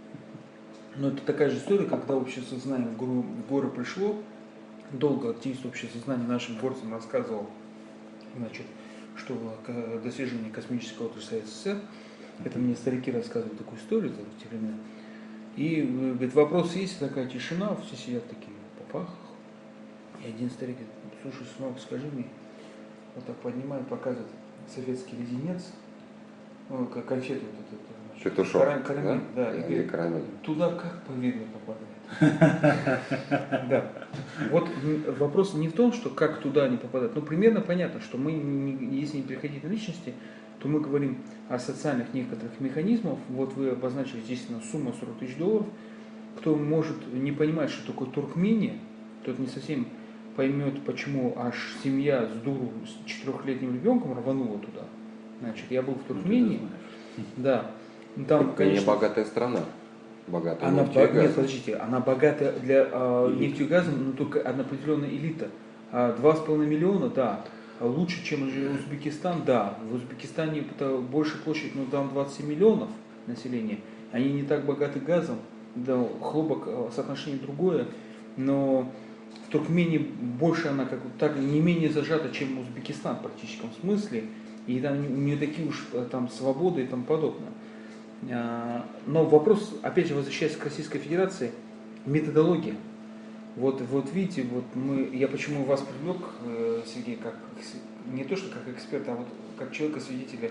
Но это такая же история, когда общее сознание в горы пришло. Долго активист общего сознания нашим горцам рассказывал, значит, что достижение космического отрасли СССР, это мне старики рассказывали такую историю в те времена. И говорит, вопрос есть, такая тишина, все сидят такие в попахах. И один старик говорит: слушай, сынок, скажи мне, вот так поднимает, показывает советский леденец, как конфету вот эту. Петушок, карамель, да, и говорит, карамель. Туда как повинно попадает? Да. Вот вопрос не в том, что как туда не попадать, но примерно понятно, что мы, если не переходить на личности, то мы говорим о социальных некоторых механизмах. Вот вы обозначили, естественно, сумма $40 000. Кто может не понимать, что такое Туркмения, тот не совсем поймет, почему аж семья с дуру с 4-летним ребенком рванула туда. Значит, я был в Туркмении, да. Там, конечно, богатая страна. Богатая она нефтью и газом. Нет, подождите, она богатая для нефтью и газом, но только определенная элита. 2,5 миллиона, да. Лучше, чем Узбекистан, да. В Узбекистане это больше площадь, но там 27 миллионов населения. Они не так богаты газом, да, хлопок соотношение другое, но в Туркмении больше она как так не менее зажата, чем Узбекистан в практическом смысле, и там не такие уж там свободы и тому подобное. Но вопрос, опять же, возвращаясь к Российской Федерации, методология. Вот видите, я почему вас привлек, Сергей, как не то что как эксперта, а вот как человека-свидетеля,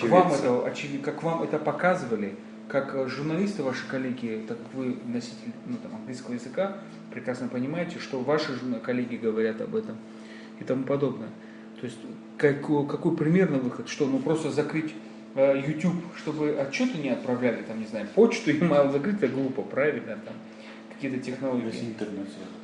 как вам это показывали, как журналисты, ваши коллеги, так как вы носитель английского языка, прекрасно понимаете, что ваши коллеги говорят об этом и тому подобное. То есть какой примерный выход, что просто закрыть YouTube, чтобы отчеты не отправляли, там, не знаю, почту, email закрыть, это глупо, правильно, там, какие-то технологии. Весь интернет.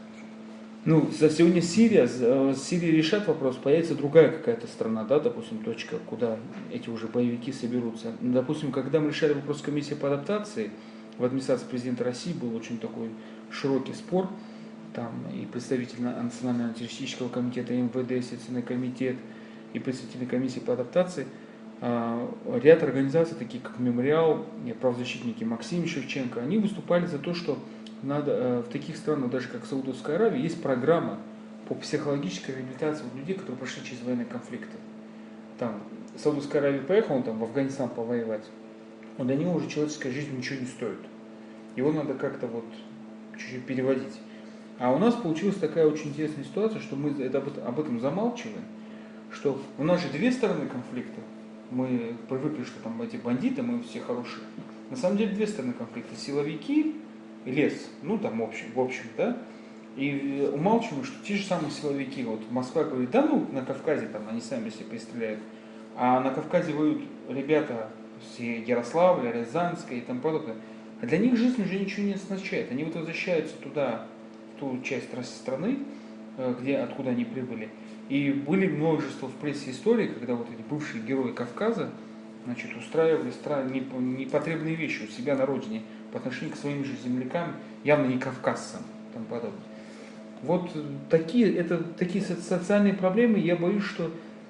Сегодня Сирия решат вопрос, появится другая какая-то страна, да, допустим, точка, куда эти уже боевики соберутся. Допустим, когда мы решали вопрос комиссии по адаптации, в администрации президента России был очень такой широкий спор, там и представитель Национального антитеррористического комитета, МВД, Следственный комитет, и представители комиссии по адаптации, ряд организаций, такие как Мемориал, правозащитники Максим Шевченко, они выступали за то, что надо в таких странах, даже как Саудовская Аравия, есть программа по психологической реабилитации людей, которые прошли через военные конфликты. Там Саудовская Аравия поехала, он там в Афганистан повоевать, но для него уже человеческая жизнь ничего не стоит. Его надо как-то чуть-чуть переводить. А у нас получилась такая очень интересная ситуация, что мы об этом замалчиваем, что у нас же две стороны конфликта. Мы привыкли, что там эти бандиты, мы все хорошие. На самом деле две стороны конфликта. Силовики и лес. Там в общем, да. И умалчиваем, что те же самые силовики. Москва говорит, на Кавказе там они сами себе пристреляют. А на Кавказе воюют ребята с Ярославля, Рязанска и тому подобное. А для них жизнь уже ничего не означает. Они возвращаются туда, в ту часть страны, откуда они прибыли. И были множество в прессе историй, когда эти бывшие герои Кавказа, устраивали непотребные вещи у себя на родине по отношению к своим же землякам, явно не кавказцам и тому подобное. Такие социальные проблемы, я боюсь, что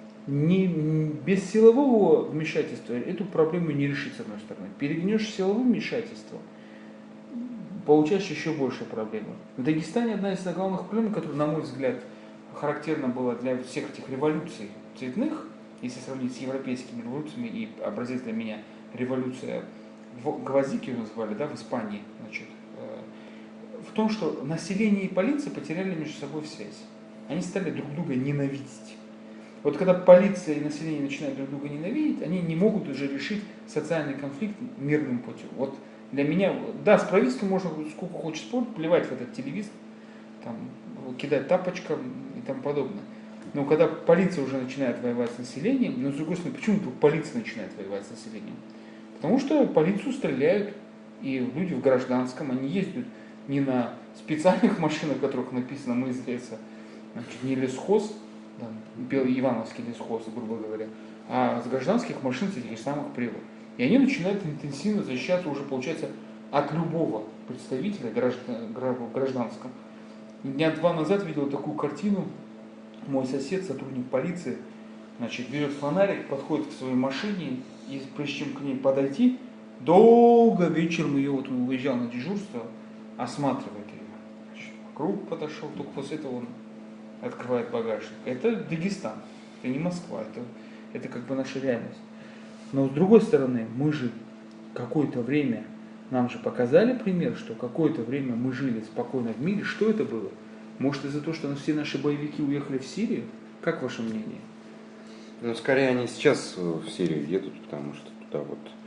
без силового вмешательства эту проблему не решить, с одной стороны. Перегнешь силовым вмешательством, получаешь еще больше проблемы. В Дагестане одна из главных проблем, которая, на мой взгляд, характерна была для всех этих революций цветных, если сравнить с европейскими революциями, и образец для меня революция Гвоздики ее назвали, да, в Испании, в том, что население и полиция потеряли между собой связь. они стали друг друга ненавидеть. Вот когда полиция и население начинают друг друга ненавидеть, они не могут уже решить социальный конфликт мирным путем. Вот для меня, да, с правительством можно сколько хочешь спорить, плевать в этот телевизор, там, кидать тапочком и тому подобное. Но когда полиция уже начинает воевать с населением, но с другой стороны, почему полиция начинает воевать с населением? Потому что полицию стреляют, и люди в гражданском, они ездят не на специальных машинах, на которых написано «Мы из леса», значит, не лесхоз, да, Ивановский лесхоз, грубо говоря, а с гражданских машин с этих самых привод. И они начинают интенсивно защищаться уже, получается, от любого представителя гражданском. Дня 2 назад видел такую картину. Мой сосед, сотрудник полиции, значит, берет фонарик, подходит к своей машине, и прежде чем к ней подойти, долго вечером ее, вот он выезжал на дежурство, осматривает ее. Значит, вокруг подошел, только после этого он открывает багажник. Это Дагестан, это не Москва, это как бы наша реальность. Но с другой стороны, мы же какое-то время, нам же показали пример, что какое-то время мы жили спокойно в мире. Что это было? Может, из-за того, что все наши боевики уехали в Сирию? Как ваше мнение? Ну, скорее они сейчас в Сирию едут, потому что туда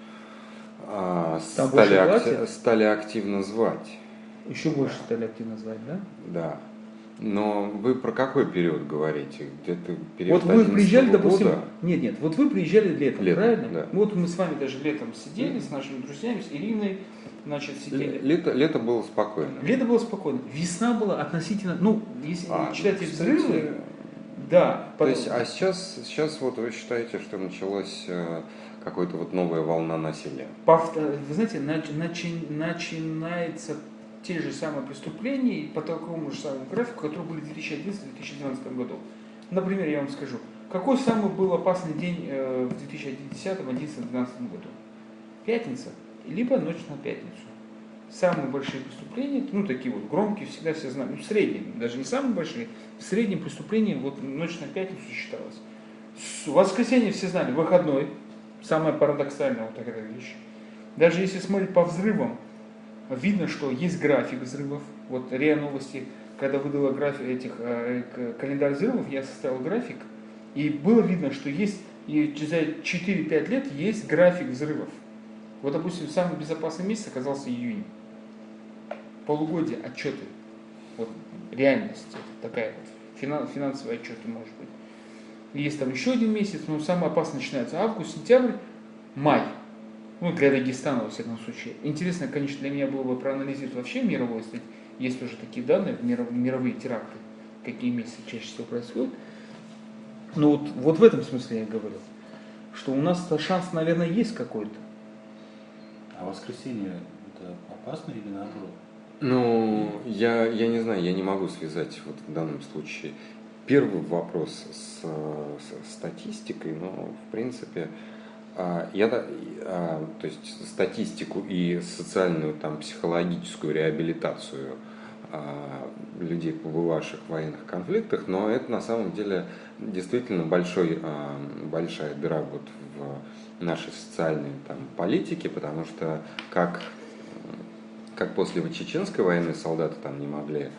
вот стали активно звать. Еще больше стали активно звать, да? Да. Но вы про какой период говорите? Где-то период вот вы приезжали, допустим, года? Нет, вот вы приезжали летом, правильно? Да. Вот мы с вами даже летом сидели с нашими друзьями, с Ириной, значит, сидели. Лето было спокойно. Лето было спокойно. Весна была относительно, ну, если читать эти взрывы, да. То есть, а сейчас вот вы считаете, что началась какая-то вот новая волна насилия? Вы знаете, начинается те же самые преступления по такому же самому графику, которые были в 2011-2012 году. Например, я вам скажу, какой самый был опасный день в 2010, 2011, 2012 году? Пятница, либо ночь на пятницу. Самые большие преступления, ну такие вот громкие, всегда все знают, ну в среднем, даже не самые большие, в среднем преступление вот ночь на пятницу считалось. В воскресенье все знали, выходной, самое парадоксальное вот такая вещь. Даже если смотреть по взрывам, видно, что есть график взрывов. Вот РИА Новости, когда выдала график календарь взрывов, я составил график, и было видно, что есть, и за 4-5 лет есть график взрывов. Вот, допустим, самый безопасный месяц оказался июнь. Полугодие, отчеты. Вот реальность, это такая вот финансовые отчеты, может быть. Есть там еще один месяц, но самый опасный начинается август, сентябрь, май. Ну, для Дагестана, во всяком случае. Интересно, конечно, для меня было бы проанализировать вообще мировой, если есть уже такие данные, мировые теракты, какие месяцы чаще всего происходят. Но вот в этом смысле я говорю, что у нас шанс, наверное, есть какой-то. А воскресенье это опасно или наоборот? Ну, я не знаю, я не могу связать вот в данном случае первый вопрос с статистикой, но в принципе то есть статистику и социальную там психологическую реабилитацию людей, побывавших в военных конфликтах, но это на самом деле действительно большая дыра вот в нашей социальной там политике, потому что как после чеченской войны солдаты там не могли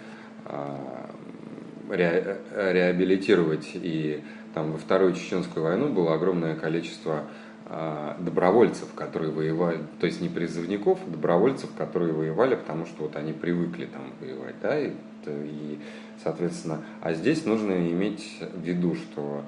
реабилитировать, и там во Вторую чеченскую войну было огромное количество добровольцев, которые воевали, то есть не призывников, а добровольцев, которые воевали, потому что вот они привыкли там воевать, да, и соответственно, а здесь нужно иметь в виду, что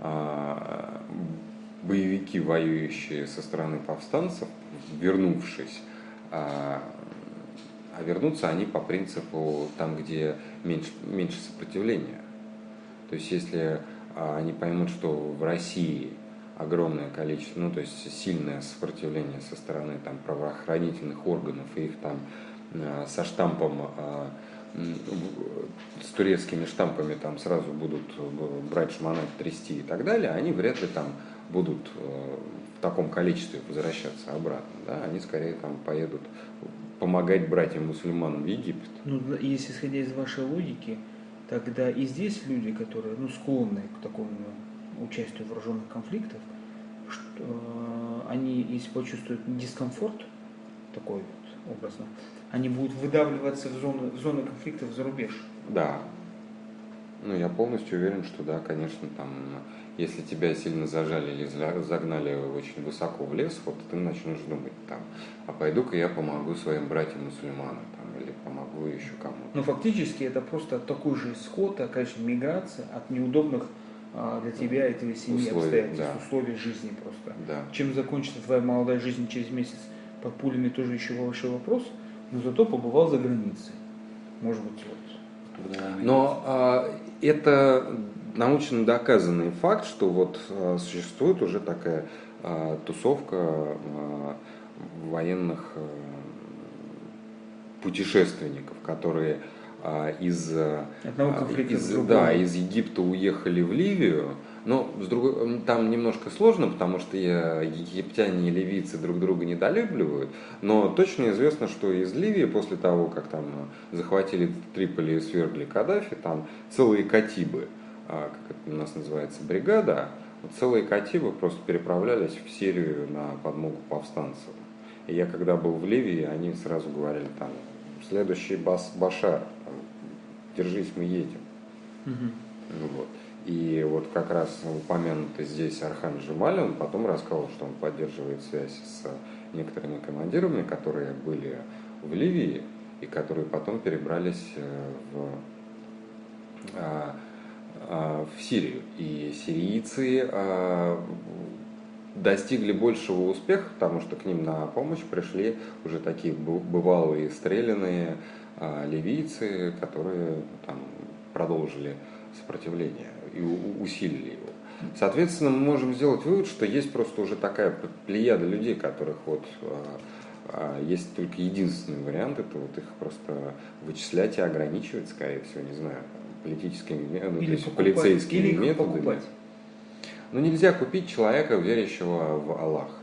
боевики, воюющие со стороны повстанцев, вернувшись, а вернутся они по принципу там, где меньше сопротивления. То есть если они поймут, что в России огромное количество, ну то есть сильное сопротивление со стороны там правоохранительных органов, и их там со штампом, с турецкими штампами там сразу будут брать шмонать, трясти и так далее, они вряд ли там будут в таком количестве возвращаться обратно, да, они скорее там поедут помогать братьям-мусульманам в Египет. Ну, если исходя из вашей логики, тогда и здесь люди, которые склонны к такому участию в вооруженных конфликтах, что они, если почувствуют дискомфорт, такой вот образно, они будут выдавливаться в зоны конфликтов за рубеж. Да. Ну, я полностью уверен, что да, конечно, там, если тебя сильно зажали или загнали очень высоко в лес, вот ты начнешь думать там, а пойду-ка я помогу своим братьям-мусульманам, там, или помогу еще кому-то. Но фактически это просто такой же исход, конечно, миграция от неудобных для тебя и твоей семьи обстоятельств, условий жизни просто. Да. Чем закончится твоя молодая жизнь через месяц под пулями, тоже еще большой вопрос, но зато побывал за границей. Может быть, вот. Но это научно доказанный факт, что вот существует уже такая тусовка военных путешественников, которые из Египта уехали в Ливию. Но там немножко сложно, потому что египтяне и ливийцы друг друга недолюбливают. Но точно известно, что из Ливии, после того, как там захватили Триполи и свергли Каддафи, там целые катибы, как это у нас называется, бригада, вот целые катибы просто переправлялись в Сирию на подмогу повстанцам. И я когда был в Ливии, они сразу говорили там: следующий Башар, держись, мы едем. Вот. И вот как раз упомянутый здесь Орхан Джумали, он потом рассказал, что он поддерживает связь с некоторыми командирами, которые были в Ливии и которые потом перебрались в Сирию. И сирийцы достигли большего успеха, потому что к ним на помощь пришли уже такие бывалые стрелянные ливийцы, которые там продолжили сопротивление и усилили его. Соответственно, мы можем сделать вывод, что есть просто уже такая плеяда людей, которых вот есть только единственный вариант, это вот их просто вычислять и ограничивать, скорее всего, не знаю, политическими, то есть полицейскими методами. Покупать. Но нельзя купить человека, верящего в Аллаха.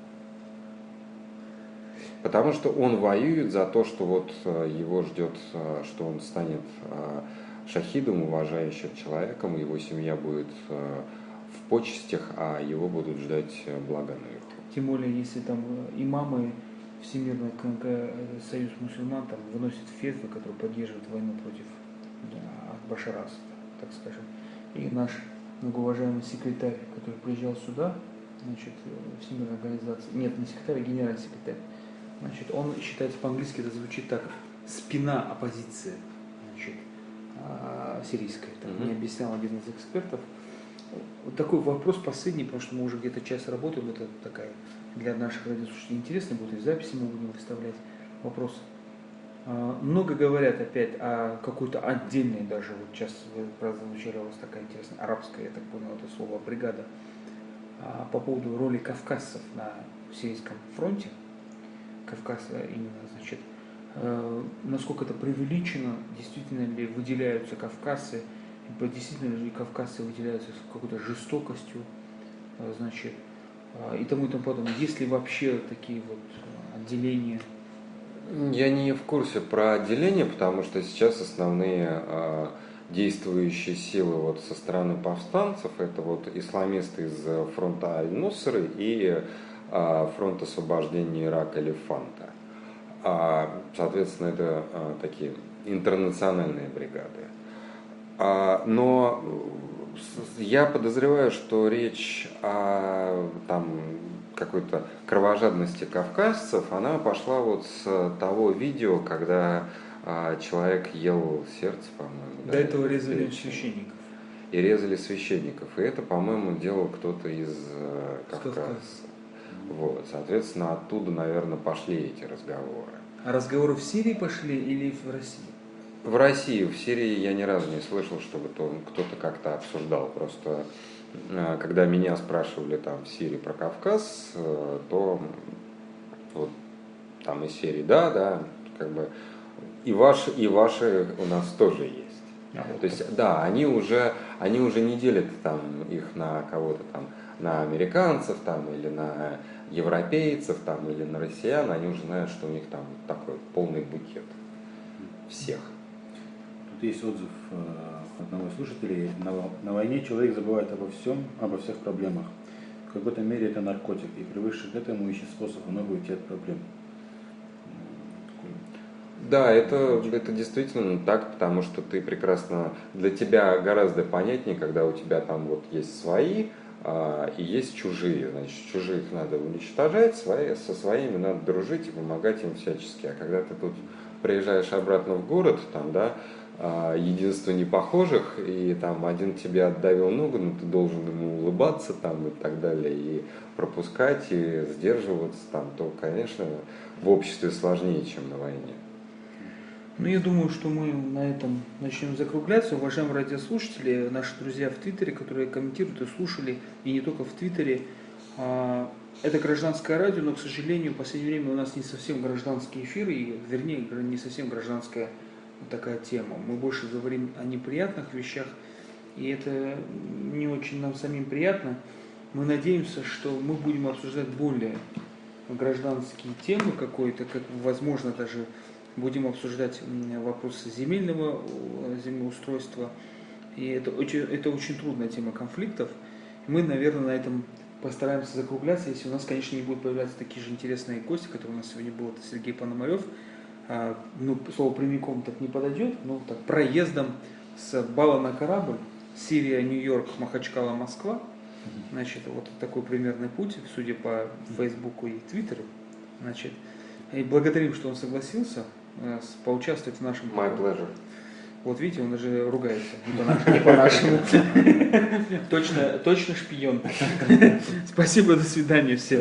Потому что он воюет за то, что вот его ждет, что он станет шахидом, уважающим человеком, его семья будет в почестях, а его будут ждать блага наверху. Тем более, если там имамы, Всемирный союз мусульман там выносит фетвы, которые поддерживают войну против Башара Асада, так скажем. И наш многоуважаемый секретарь, который приезжал сюда, значит, Всемирной организации, нет, не секретарь, а генеральный секретарь, значит, он считается по-английски, это звучит так: спина оппозиции, значит, сирийской. Так мне объяснял один из экспертов. Вот такой вопрос последний, потому что мы уже где-то час работаем, это такая для наших радиослушателей интересно будет, и в записи мы будем выставлять вопрос. Много говорят опять о какой-то отдельной, даже вот сейчас прозвучала у вас такая интересная арабская, я так понял, это слово бригада, по поводу роли кавказцев на сирийском фронте. Кавказ именно, значит, насколько это преувеличено, действительно ли выделяются кавказцы, действительно ли кавказцы выделяются какой-то жестокостью, значит, и тому подобное. Есть ли вообще такие вот отделения? Я не в курсе про отделение, потому что сейчас основные действующие силы вот со стороны повстанцев — это вот исламисты из фронта Аль-Нусры и фронт освобождения Ирака Леванта. Соответственно, это такие интернациональные бригады. Но я подозреваю, что речь о там какой-то кровожадности кавказцев, она пошла вот с того видео, когда человек ел сердце, по-моему. До этого резали священников. И резали священников. И это, по-моему, делал кто-то из Кавказа. Вот, соответственно, оттуда, наверное, пошли эти разговоры. А разговоры в Сирии пошли или в России? В России, в Сирии я ни разу не слышал, чтобы кто-то как-то обсуждал. Просто когда меня спрашивали там в Сирии про Кавказ, то вот там из Сирии, да, как бы и ваши у нас тоже есть. То есть, да, они уже не делят там их на кого-то там, на американцев там, или на европейцев там, или на россиян, они уже знают, что у них там такой полный букет всех. Тут есть отзыв одного из слушателей: на войне человек забывает обо всем, обо всех проблемах. В какой-то мере это наркотик, и привыкший к этому ищет способ много уйти от проблем. Да, это действительно так, потому что ты прекрасно, для тебя гораздо понятнее, когда у тебя там вот есть свои, и есть чужие. Значит, чужих надо уничтожать, со своими надо дружить и помогать им всячески. А когда ты тут приезжаешь обратно в город, там, да, единство непохожих, и там один тебе отдавил ногу, но ты должен ему улыбаться там и так далее, и пропускать, и сдерживаться там, то, конечно, в обществе сложнее, чем на войне. Ну, я думаю, что мы на этом начнем закругляться. Уважаемые радиослушатели, наши друзья в Твиттере, которые комментируют и слушали, и не только в Твиттере, это гражданское радио, но, к сожалению, в последнее время у нас не совсем гражданские эфиры, вернее, не совсем гражданская вот такая тема. Мы больше говорим о неприятных вещах, и это не очень нам самим приятно. Мы надеемся, что мы будем обсуждать более гражданские темы какой-то, как, возможно, даже будем обсуждать вопросы землеустройства. И это очень трудная тема конфликтов. Мы, наверное, на этом постараемся закругляться, если у нас, конечно, не будут появляться такие же интересные гости, которые у нас сегодня был, это Сергей Пономарев. Ну, слово прямиком так не подойдет, но так проездом с бала на корабль, Сирия, Нью-Йорк, Махачкала, Москва. Значит, вот такой примерный путь, судя по Фейсбуку и Твиттеру. Значит, и благодарим, что он согласился поучаствовать в нашем... My pleasure. Вот видите, он даже ругается, не по-нашему. Точно шпион. Спасибо, до свидания всем.